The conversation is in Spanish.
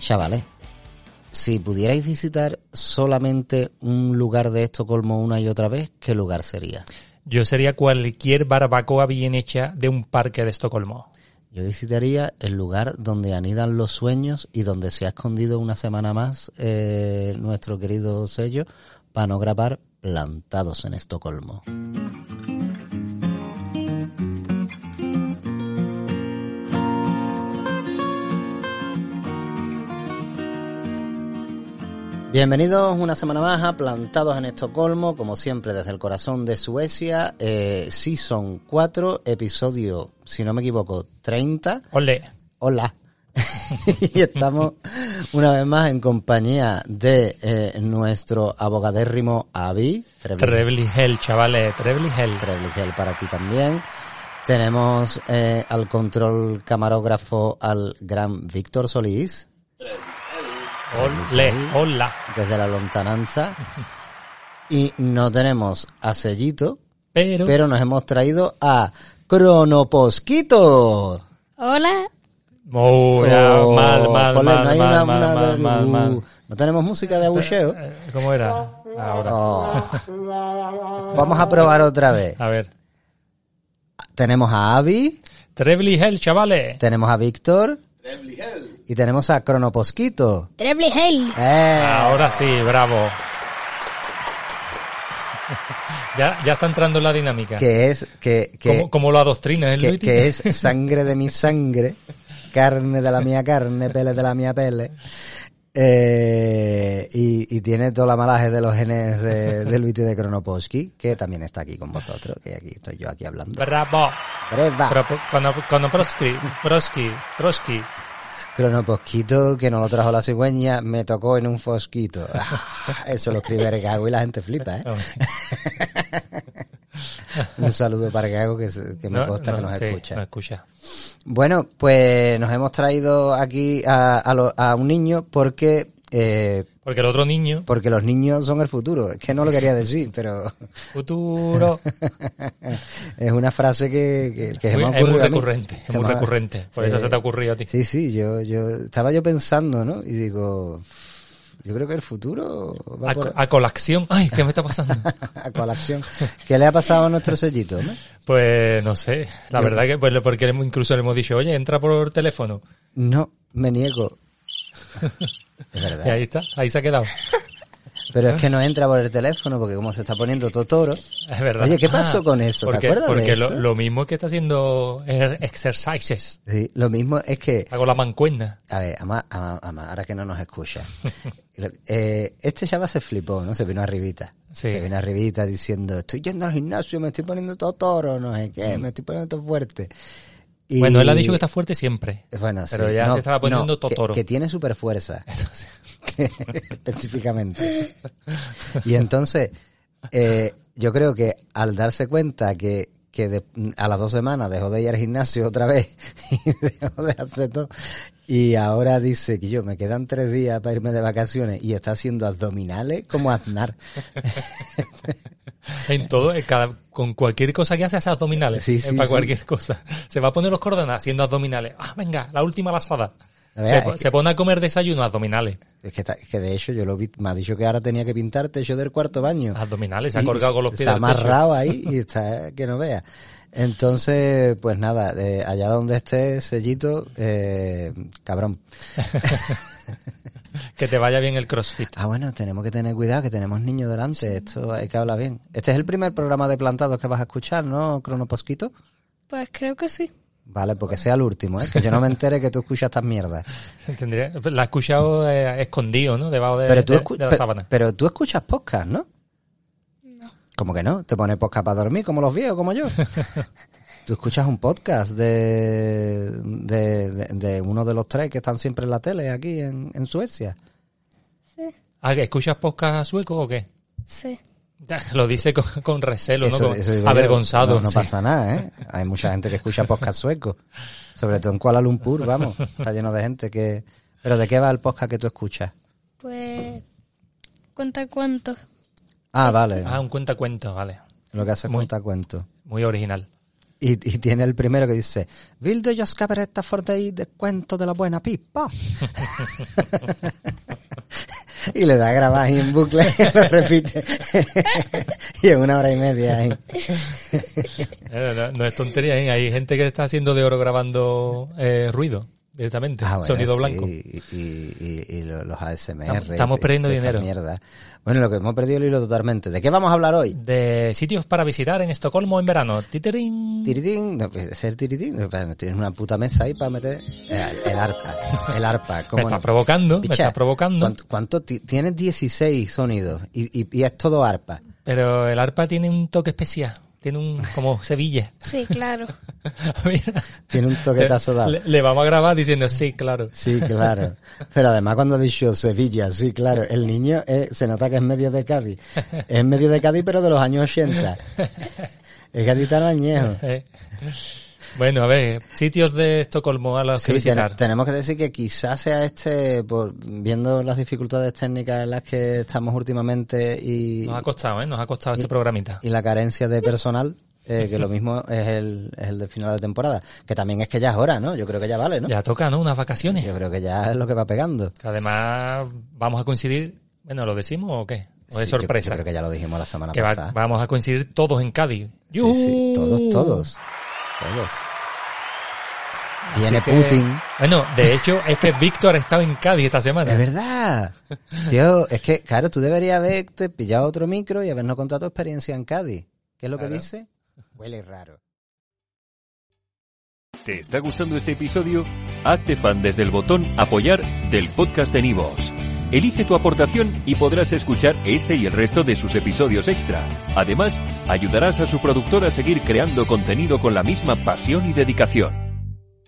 Chavales, si pudierais visitar solamente un lugar de Estocolmo una y otra vez, ¿qué lugar sería? Yo sería cualquier barbacoa bien hecha de un parque de Estocolmo. Yo visitaría el lugar donde anidan los sueños y donde se ha escondido una semana más nuestro querido Sello para no grabar Plantados en Estocolmo. Bienvenidos una semana más a Plantados en Estocolmo, como siempre desde el corazón de Suecia, Season 4, episodio, si no me equivoco, 30. ¡Ole! Hola. Y estamos una vez más en compañía de nuestro abogadérrimo Avi. Trebly Hell, chavales, Trebly Hell. Trebly Hell para ti también. Tenemos al control camarógrafo al gran Víctor Solís. Ole, hola. Desde la lontananza. Y no tenemos a Sellito, pero nos hemos traído a Cronoposquito. Hola. Mal. ¿No tenemos música de abucheo? ¿Cómo era? Ahora. Vamos a probar otra vez. A ver. Tenemos a Avi. Trebly Hell, chavales. Tenemos a Víctor. Trebly Hell. Y tenemos a Cronoposquito. Trebly Hell. Ahora sí, bravo. Ya está entrando en la dinámica. Como lo adoctrina el Luis. Que es sangre de mi sangre, carne de la mía carne, pele de la mía pele. Y tiene todo el amalaje de los genes de Luis y de Cronoposqui, que también está aquí con vosotros, que aquí estoy yo aquí hablando. Bravo. Cronoposqui. Cronoposquito, que no lo trajo la cigüeña, me tocó en un fosquito. Eso lo escribe Regago y la gente flipa, ¿eh? Un saludo para Regago, que me consta que nos escucha. Nos escucha. Bueno, pues nos hemos traído aquí a un niño porque el otro niño... Porque los niños son el futuro. Es que no lo quería decir, pero... Futuro... Es una frase que se me ha ocurrido. Es muy recurrente. Por eso se te ha ocurrido a ti. Sí, yo estaba pensando, ¿no? Y digo... Yo creo que el futuro... A colación. Ay, ¿qué me está pasando? A colación. ¿Qué le ha pasado a nuestro Sellito, no? Pues no sé. La verdad que porque incluso le hemos dicho, oye, entra por teléfono. No, me niego. Es verdad. Y ahí está, ahí se ha quedado. Pero es que no entra por el teléfono porque como se está poniendo Totoro. Es verdad. Oye, ¿qué pasó con eso? ¿Te acuerdas de eso? Lo mismo que está haciendo exercises. Sí, lo mismo es que... Hago la mancuerna. A ver, ama, ahora que no nos escucha. Este chaval se flipó, ¿no? Se vino arribita. Sí. Se vino arribita diciendo, estoy yendo al gimnasio, me estoy poniendo Totoro, no sé qué, me estoy poniendo todo fuerte. Y... Bueno, él ha dicho que está fuerte siempre. Bueno, pero sí. ya se estaba poniendo Totoro. Que tiene super fuerza. Eso sí. Específicamente. Y entonces, yo creo que al darse cuenta que a las 2 semanas dejó de ir al gimnasio otra vez y dejó de hacer todo, y ahora dice que me quedan 3 días para irme de vacaciones y está haciendo abdominales como Aznar. En todo, con cualquier cosa que hace abdominales. Sí, para cualquier cosa. Se va a poner los cordones haciendo abdominales. Ah, venga, la última lazada. Se pone a comer desayuno abdominales. Es que de hecho yo lo vi, me ha dicho que ahora tenía que pintar techo del cuarto baño. Abdominales, se ha colgado con los pies. Se ha amarrado ahí y está que no vea. Entonces, pues nada, allá donde esté Sellito, cabrón. Que te vaya bien el CrossFit. Bueno, tenemos que tener cuidado, que tenemos niños delante. Esto hay que hablar bien. Este es el primer programa de Plantados que vas a escuchar, ¿no, Cronoposquito? Pues creo que sí. Vale, porque sea el último, que yo no me entere que tú escuchas estas mierdas. La he escuchado escondido, ¿no? Debajo de la sábana. Pero tú escuchas podcast, ¿no? No. ¿Cómo que no? ¿Te pones podcast para dormir como los viejos, como yo? ¿Tú escuchas un podcast de uno de los 3 que están siempre en la tele aquí en Suecia? Sí. ¿Que escuchas podcast sueco o qué? Sí. Lo dice con recelo, eso, ¿no? Eso avergonzado. No pasa nada, ¿eh? Hay mucha gente que escucha podcast sueco. Sobre todo en Kuala Lumpur, vamos. Está lleno de gente que... ¿Pero de qué va el podcast que tú escuchas? Pues... Cuenta cuentos. Vale. Un cuentacuentos, vale. Lo que hace es cuentacuentos. Muy original. y tiene el primero que dice, Vill du just berätta för dig de cuento de la buena pipa? Y le da a grabar ahí en bucle y lo repite. Y en 1 hora y media ahí. No es tontería, ¿eh? Hay gente que está haciendo de oro grabando ruido directamente, Bueno, sonido sí, blanco. Y los ASMR. Estamos perdiendo dinero. Mierda. Bueno, lo que hemos perdido el hilo totalmente. ¿De qué vamos a hablar hoy? De sitios para visitar en Estocolmo en verano. Titirín. Tiritín, no puede ser tiritín. Tienes una puta mesa ahí para meter el arpa. El arpa. Me estás provocando, Picha, me estás provocando. ¿Cuánto tienes 16 sonidos y es todo arpa. Pero el arpa tiene un toque especial. Tiene un como Sevilla. Sí, claro. Mira, Tiene un toquetazo dado. le vamos a grabar diciendo sí, claro. Sí, claro. Pero además cuando ha dicho Sevilla, sí, claro, el niño se nota que es medio de Cádiz. Es medio de Cádiz, pero de los años 80. Es gaditano añejo. Bueno, a ver, sitios de Estocolmo a los que visitar. Tenemos que decir que quizás sea viendo las dificultades técnicas en las que estamos últimamente y... Nos ha costado este programita. Y la carencia de personal, que lo mismo es el de final de temporada. Que también es que ya es hora, ¿no? Yo creo que ya vale, ¿no? Ya toca, ¿no? Unas vacaciones. Yo creo que ya es lo que va pegando. Que además vamos a coincidir... Bueno, ¿lo decimos o qué? ¿O de sorpresa? Yo creo que ya lo dijimos la semana que pasada. Vamos a coincidir todos en Cádiz. Sí, todos. Viene Putin. Bueno, de hecho, es que Víctor ha estado en Cádiz esta semana. Es verdad. Tío, es que, claro, tú deberías haberte pillado otro micro y habernos contado tu experiencia en Cádiz. ¿Qué es lo que dice? Huele raro. ¿Te está gustando este episodio? Hazte fan desde el botón Apoyar del podcast de Nivos. Elige tu aportación y podrás escuchar este y el resto de sus episodios extra. Además, ayudarás a su productor a seguir creando contenido con la misma pasión y dedicación.